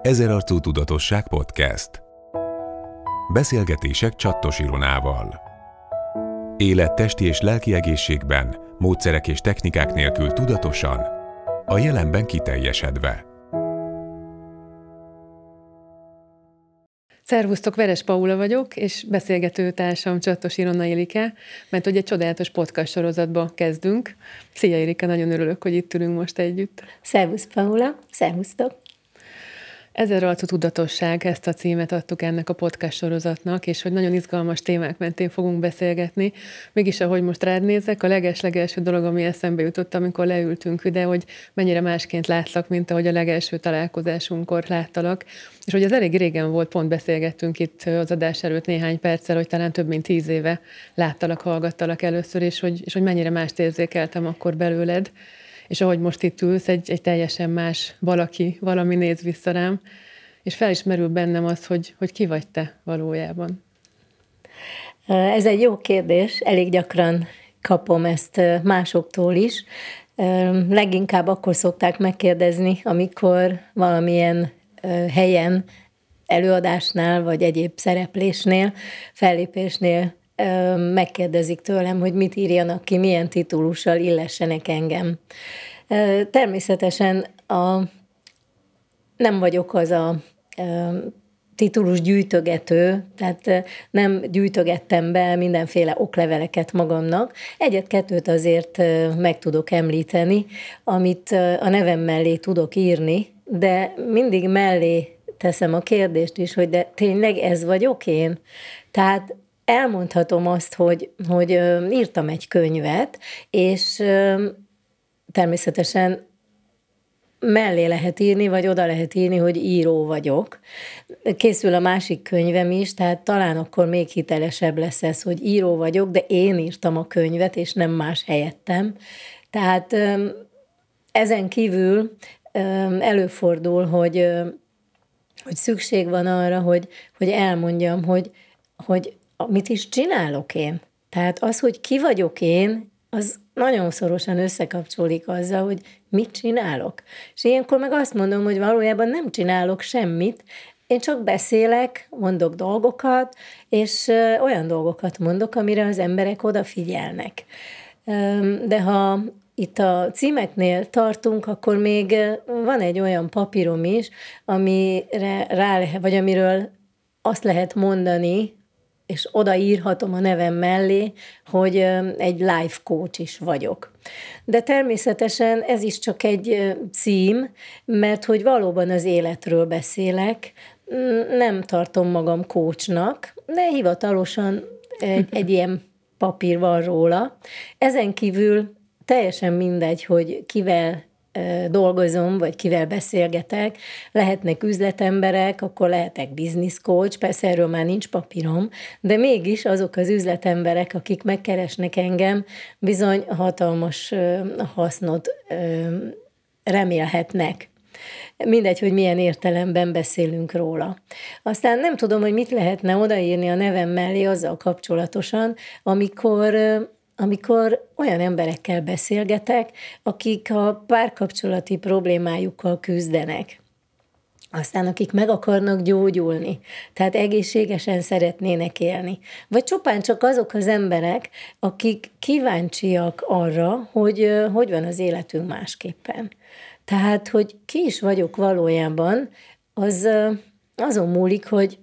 Ezerarcú tudatosság podcast. Beszélgetések Csattos Ilonával. Élet testi és lelki egészségben, módszerek és technikák nélkül tudatosan, a jelenben kiteljesedve. Szervusztok, Veres Paula vagyok, és beszélgető társam Csattos Ilona Ilike, mert hogy egy csodálatos podcast sorozatba kezdünk. Szia Ilike, nagyon örülök, hogy itt ülünk most együtt. Szervusz Paula, szervusztok! Ezerarcú tudatosság, ezt a címet adtuk ennek a podcast sorozatnak, és hogy nagyon izgalmas témák mentén fogunk beszélgetni. Mégis, ahogy most rád nézek, a leges-legelső dolog, ami eszembe jutott, amikor leültünk ide, hogy mennyire másként látlak, mint ahogy a legelső találkozásunkkor láttalak. És hogy ez elég régen volt, pont beszélgettünk itt az adás előtt néhány perccel, hogy talán több mint 10 éve láttalak, hallgattalak először, és hogy mennyire mást érzékeltem akkor belőled. És ahogy most itt ülsz, egy teljesen más valami néz vissza rám, és felismerül bennem az, hogy ki vagy te valójában. Ez egy jó kérdés, elég gyakran kapom ezt másoktól is. Leginkább akkor szokták megkérdezni, amikor valamilyen helyen, előadásnál, vagy egyéb szereplésnél, fellépésnél megkérdezik tőlem, hogy mit írjanak ki, milyen titulussal illessenek engem. Természetesen nem vagyok az a titulus gyűjtögető, tehát nem gyűjtögettem be mindenféle okleveleket magamnak. Egyet-kettőt azért meg tudok említeni, amit a nevem mellé tudok írni, de mindig mellé teszem a kérdést is, hogy de tényleg ez vagyok én? Tehát elmondhatom azt, hogy írtam egy könyvet, és természetesen mellé lehet írni, vagy oda lehet írni, hogy író vagyok. Készül a másik könyvem is, tehát talán akkor még hitelesebb lesz ez, hogy író vagyok, de én írtam a könyvet, és nem más helyettem. Tehát ezen kívül előfordul, hogy szükség van arra, hogy elmondjam, hogy mit is csinálok én. Tehát az, hogy ki vagyok én, az nagyon szorosan összekapcsolódik azzal, hogy mit csinálok. És ilyenkor meg azt mondom, hogy valójában nem csinálok semmit, én csak beszélek, mondok dolgokat, és olyan dolgokat mondok, amire az emberek odafigyelnek. De ha itt a címeknél tartunk, akkor még van egy olyan papírom is, amire vagy amiről azt lehet mondani, és odaírhatom a nevem mellé, hogy egy life coach is vagyok. De természetesen ez is csak egy cím, mert hogy valóban az életről beszélek, nem tartom magam coachnak, de hivatalosan egy ilyen papír van róla. Ezen kívül teljesen mindegy, hogy kivel dolgozom, vagy kivel beszélgetek, lehetnek üzletemberek, akkor lehetek business coach, persze erről már nincs papírom, de mégis azok az üzletemberek, akik megkeresnek engem, bizony hatalmas hasznot remélhetnek. Mindegy, hogy milyen értelemben beszélünk róla. Aztán nem tudom, hogy mit lehetne odaírni a nevem mellé azzal kapcsolatosan, amikor olyan emberekkel beszélgetek, akik a párkapcsolati problémájukkal küzdenek. Aztán akik meg akarnak gyógyulni, tehát egészségesen szeretnének élni. Vagy csupán csak azok az emberek, akik kíváncsiak arra, hogy van az életünk másképpen. Tehát, hogy ki is vagyok valójában, az azon múlik, hogy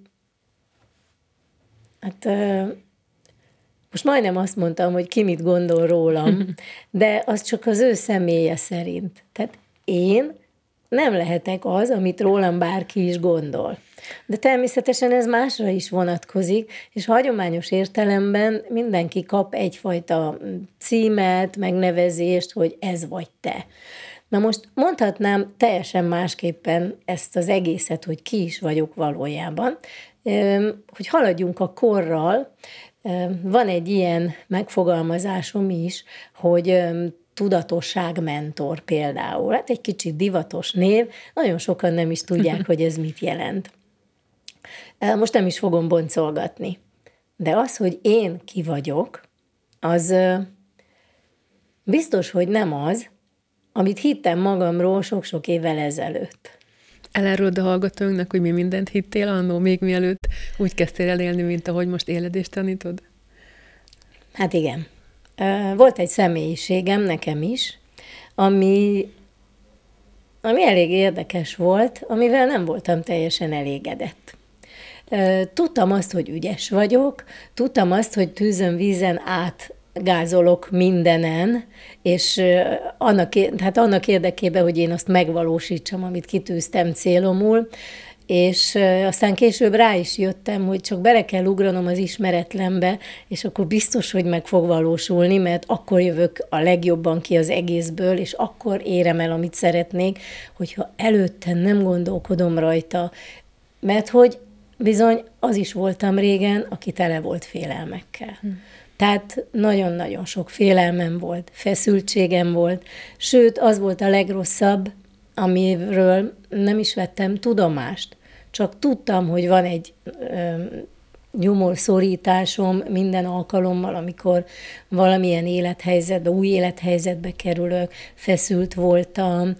most majdnem azt mondtam, hogy ki mit gondol rólam, de az csak az ő személye szerint. Tehát én nem lehetek az, amit rólam bárki is gondol. De természetesen ez másra is vonatkozik, és hagyományos értelemben mindenki kap egyfajta címet, megnevezést, hogy ez vagy te. Na most mondhatnám teljesen másképpen ezt az egészet, hogy ki is vagyok valójában, hogy haladjunk a korral. Van egy ilyen megfogalmazásom is, hogy tudatosságmentor például. Hát egy kicsit divatos név, nagyon sokan nem is tudják, hogy ez mit jelent. Most nem is fogom boncolgatni. De az, hogy én ki vagyok, az biztos, hogy nem az, amit hittem magamról sok-sok évvel ezelőtt. elárulod a hallgatóinknak, hogy mi mindent hittél annó, még mielőtt úgy kezdtél el élni, mint ahogy most éled és tanítod? Hát igen. Volt egy személyiségem, nekem is, ami elég érdekes volt, amivel nem voltam teljesen elégedett. Tudtam azt, hogy ügyes vagyok, tudtam azt, hogy tűzön, vízen átgázolok mindenen, és annak érdekében, hogy én azt megvalósítsam, amit kitűztem célomul, és aztán később rá is jöttem, hogy csak bele kell ugranom az ismeretlenbe, és akkor biztos, hogy meg fog valósulni, mert akkor jövök a legjobban ki az egészből, és akkor érem el, amit szeretnék, hogyha előtte nem gondolkodom rajta, mert hogy bizony az is voltam régen, aki tele volt félelmekkel. Tehát nagyon-nagyon sok félelmem volt, feszültségem volt, sőt, az volt a legrosszabb, amiről nem is vettem tudomást. Csak tudtam, hogy van egy nyomorszorításom minden alkalommal, amikor valamilyen élethelyzetbe, új élethelyzetbe kerülök, feszült voltam,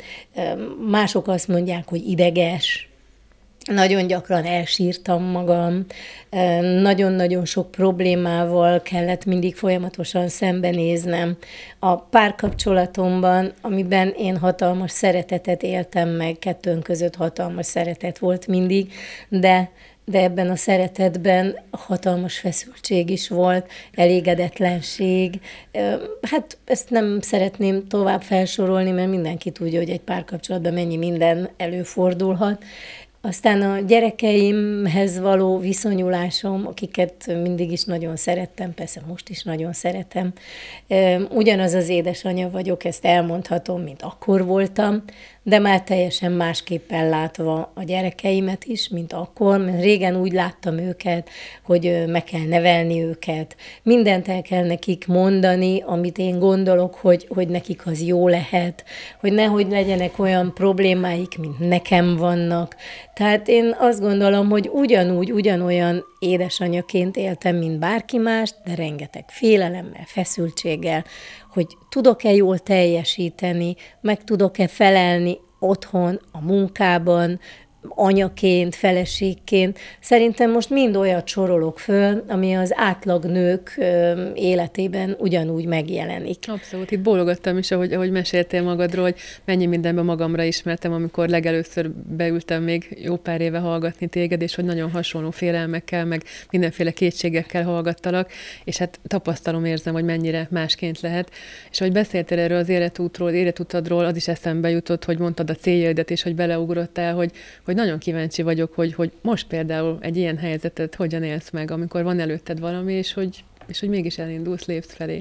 mások azt mondják, hogy ideges, nagyon gyakran elsírtam magam, nagyon-nagyon sok problémával kellett mindig folyamatosan szembenéznem. A párkapcsolatomban, amiben én hatalmas szeretetet éltem meg, kettőnk között hatalmas szeretet volt mindig, de ebben a szeretetben hatalmas feszültség is volt, elégedetlenség. Hát ezt nem szeretném tovább felsorolni, mert mindenki tudja, hogy egy párkapcsolatban mennyi minden előfordulhat. Aztán a gyerekeimhez való viszonyulásom, akiket mindig is nagyon szerettem, persze most is nagyon szeretem. Ugyanaz az édesanyja vagyok, ezt elmondhatom, mint akkor voltam, de már teljesen másképpen látva a gyerekeimet is, mint akkor, mert régen úgy láttam őket, hogy meg kell nevelni őket, mindent el kell nekik mondani, amit én gondolok, hogy nekik az jó lehet, hogy nehogy legyenek olyan problémáik, mint nekem vannak. Tehát én azt gondolom, hogy ugyanolyan édesanyaként éltem, mint bárki más, de rengeteg félelemmel, feszültséggel, hogy tudok-e jól teljesíteni, meg tudok-e felelni otthon, a munkában, anyaként, feleségként. Szerintem most mind olyat sorolok föl, ami az átlag nők életében ugyanúgy megjelenik. Abszolút. Itt bólogattam is, ahogy meséltél magadról, hogy mennyi mindenben magamra ismertem, amikor legelőször beültem még jó pár éve hallgatni téged, és hogy nagyon hasonló félelmekkel, meg mindenféle kétségekkel hallgattalak, és hát tapasztalom, érzem, hogy mennyire másként lehet. És ahogy beszéltél erről az életutadról, az is eszembe jutott, hogy mondtad a céljaidat, és hogy beleugrottál, hogy nagyon kíváncsi vagyok, hogy most például egy ilyen helyzetet hogyan élsz meg, amikor van előtted valami, és hogy mégis elindulsz, lépsz felé.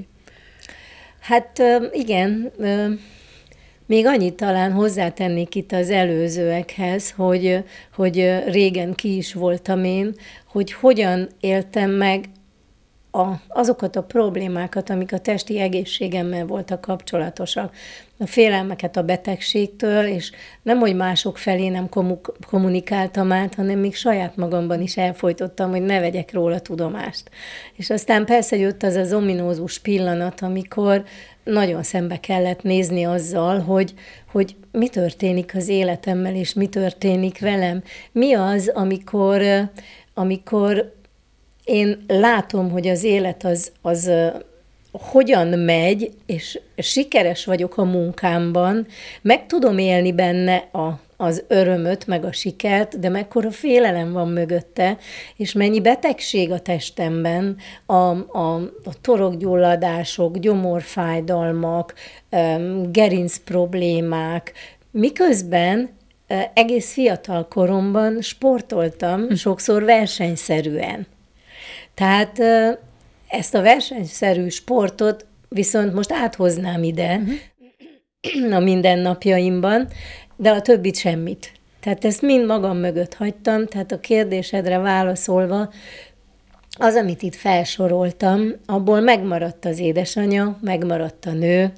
Hát igen, még annyit talán hozzátennék itt az előzőekhez, hogy régen ki is voltam én, hogy hogyan éltem meg azokat a problémákat, amik a testi egészségemmel voltak kapcsolatosak. A félelmeket a betegségtől, és nem, hogy mások felé nem kommunikáltam át, hanem még saját magamban is elfojtottam, hogy ne vegyek róla tudomást. És aztán persze jött az ominózus pillanat, amikor nagyon szembe kellett nézni azzal, hogy mi történik az életemmel, és mi történik velem. Mi az, amikor én látom, hogy az élet az hogyan megy, és sikeres vagyok a munkámban, meg tudom élni benne az örömöt, meg a sikert, de mekkora félelem van mögötte, és mennyi betegség a testemben, a torokgyulladások, gyomorfájdalmak, gerinc problémák, miközben egész fiatal koromban sportoltam, sokszor versenyszerűen. Tehát ezt a versenyszerű sportot viszont most áthoznám ide a mindennapjaimban, de a többit semmit. Tehát ezt mind magam mögött hagytam, tehát a kérdésedre válaszolva, az, amit itt felsoroltam, abból megmaradt az édesanyja, megmaradt a nő,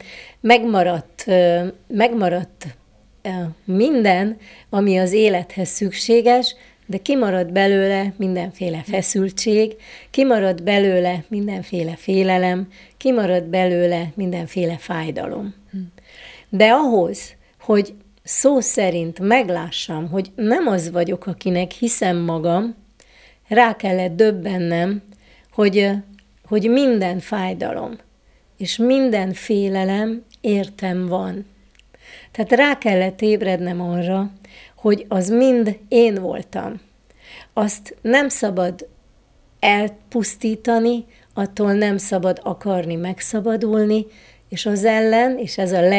megmaradt minden, ami az élethez szükséges, de kimaradt belőle mindenféle feszültség, kimaradt belőle mindenféle félelem, kimaradt belőle mindenféle fájdalom. De ahhoz, hogy szó szerint meglássam, hogy nem az vagyok, akinek hiszem magam, rá kellett döbbennem, hogy minden fájdalom és minden félelem értem van. Tehát rá kellett ébrednem arra, hogy az mind én voltam. Azt nem szabad elpusztítani, attól nem szabad akarni megszabadulni, és az ellen, és ez a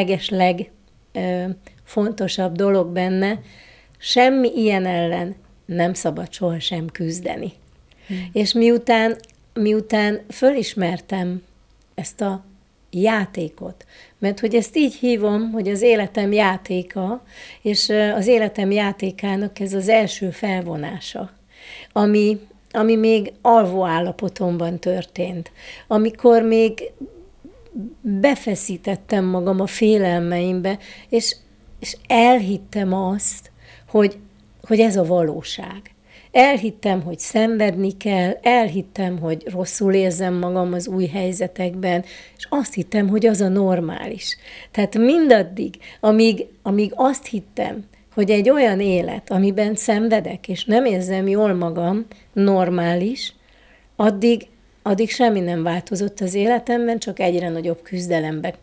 legfontosabb dolog benne, semmi ilyen ellen nem szabad sohasem küzdeni. És miután fölismertem ezt a játékot, mert hogy ezt így hívom, hogy az életem játéka, és az életem játékának ez az első felvonása, ami még alvó állapotomban történt, amikor még befeszítettem magam a félelmeimbe, és elhittem azt, hogy ez a valóság. Elhittem, hogy szenvedni kell, elhittem, hogy rosszul érzem magam az új helyzetekben, és azt hittem, hogy az a normális. Tehát mindaddig, amíg azt hittem, hogy egy olyan élet, amiben szenvedek, és nem érzem jól magam, normális, addig semmi nem változott az életemben, csak egyre nagyobb küzdelembe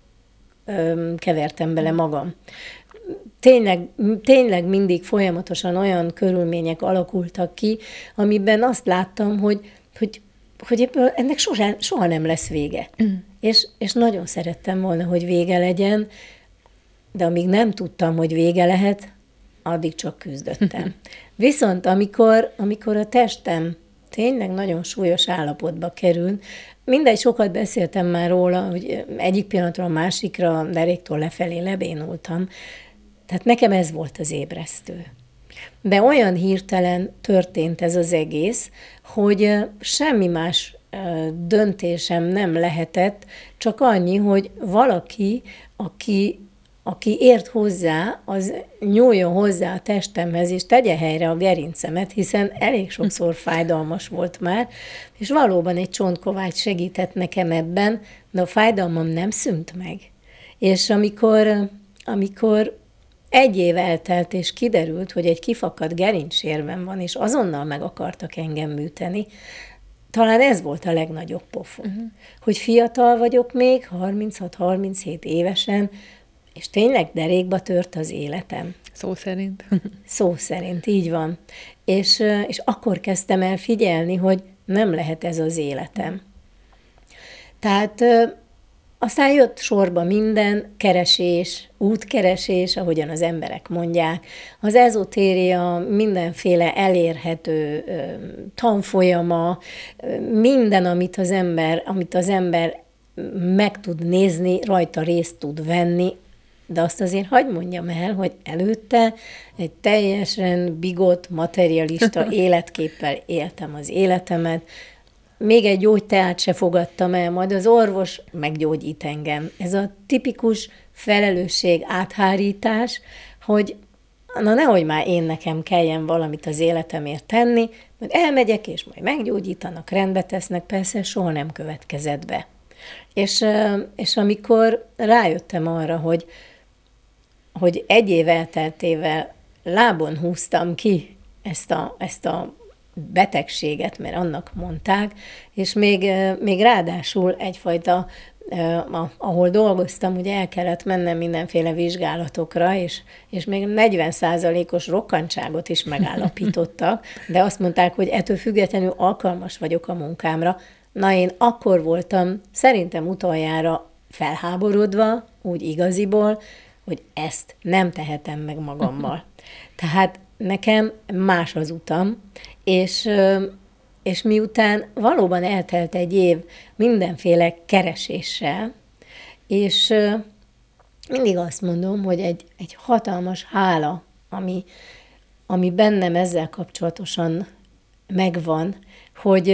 kevertem bele magam. Tényleg mindig folyamatosan olyan körülmények alakultak ki, amiben azt láttam, hogy ennek soha nem lesz vége. És nagyon szerettem volna, hogy vége legyen, de amíg nem tudtam, hogy vége lehet, addig csak küzdöttem. Viszont amikor a testem tényleg nagyon súlyos állapotba kerül, mindegy, sokat beszéltem már róla, hogy egyik pillanatról a másikra deréktől lefelé lebénultam. Tehát nekem ez volt az ébresztő. De olyan hirtelen történt ez az egész, hogy semmi más döntésem nem lehetett, csak annyi, hogy valaki, aki ért hozzá, az nyúljon hozzá a testemhez, és tegye helyre a gerincemet, hiszen elég sokszor fájdalmas volt már, és valóban egy csontkovács segített nekem ebben, de a fájdalmam nem szűnt meg. És amikor egy év eltelt, és kiderült, hogy egy kifakadt gerincsérvem van, és azonnal meg akartak engem műteni, talán ez volt a legnagyobb pofon. Hogy fiatal vagyok még, 36-37 évesen, és tényleg derékba tört az életem. Szó szerint. Szó szerint, így van. És akkor kezdtem el figyelni, hogy nem lehet ez az életem. Tehát aztán jött sorba minden keresés, útkeresés, ahogyan az emberek mondják, az ezotéria, mindenféle elérhető tanfolyama, minden, amit az ember meg tud nézni, rajta részt tud venni, de azt azért hagyd mondjam el, hogy előtte egy teljesen bigott, materialista életképpel éltem az életemet, még egy gyógyteát se fogadtam el, majd az orvos meggyógyít engem. Ez a tipikus felelősség áthárítás, hogy na nehogy már én nekem kelljen valamit az életemért tenni, majd elmegyek, és majd meggyógyítanak, rendbe tesznek, persze soha nem következett be. És amikor rájöttem arra, hogy egy év elteltével lábon húztam ki ezt a betegséget, mert annak mondták, és még ráadásul egyfajta, ahol dolgoztam, ugye el kellett mennem mindenféle vizsgálatokra, és még 40%-os rokkantságot is megállapítottak, de azt mondták, hogy ettől függetlenül alkalmas vagyok a munkámra. Na, én akkor voltam szerintem utoljára felháborodva, úgy igaziból, hogy ezt nem tehetem meg magammal. Tehát nekem más az utam, és miután valóban eltelt egy év mindenféle kereséssel, és mindig azt mondom, hogy egy hatalmas hála, ami bennem ezzel kapcsolatosan megvan, hogy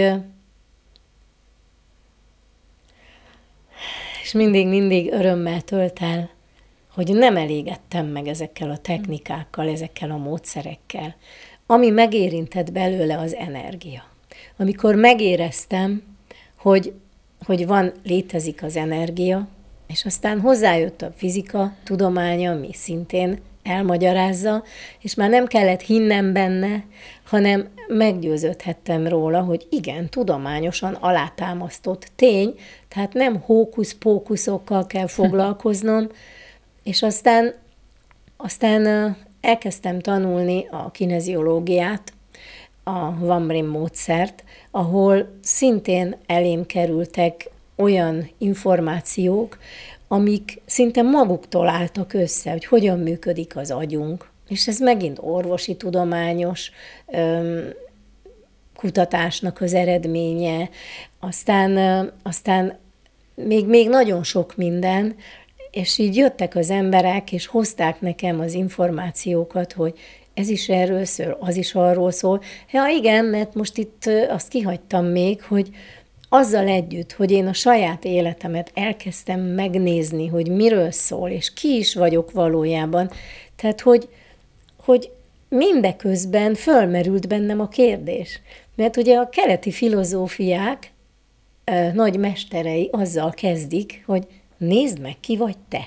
és mindig örömmel tölt el, hogy nem elégedtem meg ezekkel a technikákkal, ezekkel a módszerekkel. Ami megérintett belőle az energia. Amikor megéreztem, hogy létezik az energia, és aztán hozzájött a fizika tudománya, ami szintén elmagyarázza, és már nem kellett hinnem benne, hanem meggyőződhettem róla, hogy igen, tudományosan alátámasztott tény, tehát nem hókusz-pókuszokkal kell foglalkoznom, és aztán elkezdtem tanulni a kineziológiát, a Van Brim módszert, ahol szintén elém kerültek olyan információk, amik szinte maguktól álltak össze, hogy hogyan működik az agyunk. És ez megint orvosi tudományos kutatásnak az eredménye, aztán még nagyon sok minden, és így jöttek az emberek, és hozták nekem az információkat, hogy ez is erről szól, az is arról szól. Ja igen, mert most itt azt kihagytam még, hogy azzal együtt, hogy én a saját életemet elkezdtem megnézni, hogy miről szól, és ki is vagyok valójában, tehát hogy mindeközben fölmerült bennem a kérdés. Mert ugye a keleti filozófiák nagy mesterei azzal kezdik, hogy nézd meg, ki vagy te.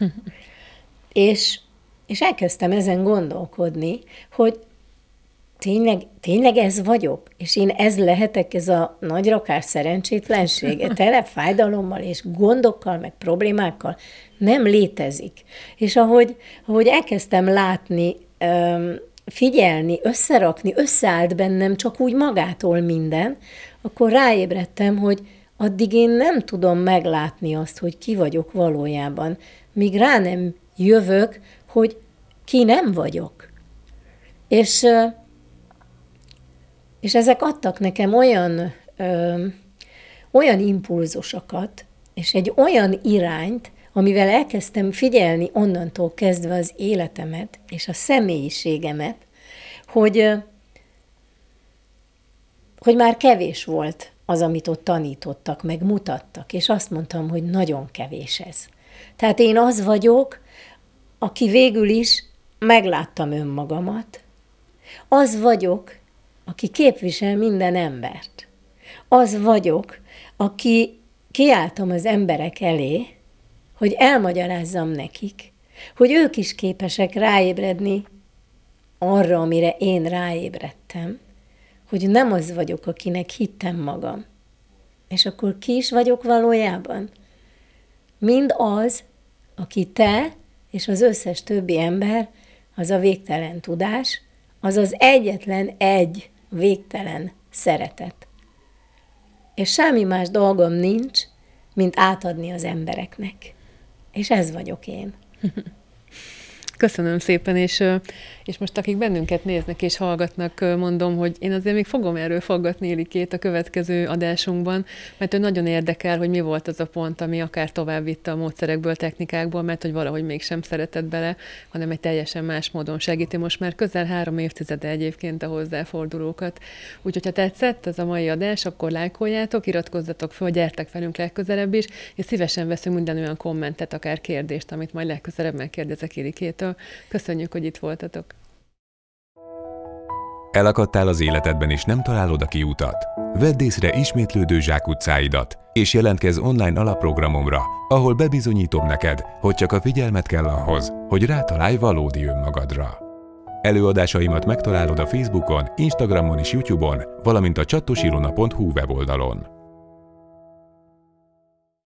És elkezdtem ezen gondolkodni, hogy tényleg ez vagyok? És én ez lehetek, ez a nagy rakás szerencsétlensége, tele fájdalommal és gondokkal, meg problémákkal? Nem létezik. És ahogy elkezdtem látni, figyelni, összerakni, összeállt bennem csak úgy magától minden, akkor ráébredtem, hogy addig én nem tudom meglátni azt, hogy ki vagyok valójában, míg rá nem jövök, hogy ki nem vagyok. És ezek adtak nekem olyan impulzusokat, és egy olyan irányt, amivel elkezdtem figyelni onnantól kezdve az életemet és a személyiségemet, hogy már kevés volt az, amit ott tanítottak, meg mutattak, és azt mondtam, hogy nagyon kevés ez. Tehát én az vagyok, aki végül is megláttam önmagamat, az vagyok, aki képvisel minden embert. Az vagyok, aki kiálltam az emberek elé, hogy elmagyarázzam nekik, hogy ők is képesek ráébredni arra, amire én ráébredtem, hogy nem az vagyok, akinek hittem magam. És akkor ki is vagyok valójában? Mind az, aki te és az összes többi ember, az a végtelen tudás, az az egyetlen egy végtelen szeretet. És semmi más dolgom nincs, mint átadni az embereknek. És ez vagyok én. Köszönöm szépen, és most akik bennünket néznek és hallgatnak, mondom, hogy én azért még fogom erről faggatni Ilikét a következő adásunkban, mert ő nagyon érdekel, hogy mi volt az a pont, ami akár tovább vitte a módszerekből, technikákból, mert hogy valahogy mégsem szeretett bele, hanem egy teljesen más módon segíti most már közel 3 évtizede egyébként a hozzáfordulókat. Úgyhogy ha tetszett ez a mai adás, akkor lájkoljátok, iratkozzatok fel, gyertek velünk legközelebb is, és szívesen veszünk minden olyan kommentet, akár kérdést, amit majd legközelebb megkérdezek Ilikétől. Köszönjük, hogy itt voltatok. Elakadtál az életedben és nem találod a kiutat? Vedd észre ismétlődő zsákutcáidat, és jelentkezz online alapprogramomra, ahol bebizonyítom neked, hogy csak a figyelmet kell ahhoz, hogy rátalálj valódi önmagadra. Előadásaimat megtalálod a Facebookon, Instagramon és YouTube-on, valamint a csattosirona.hu weboldalon.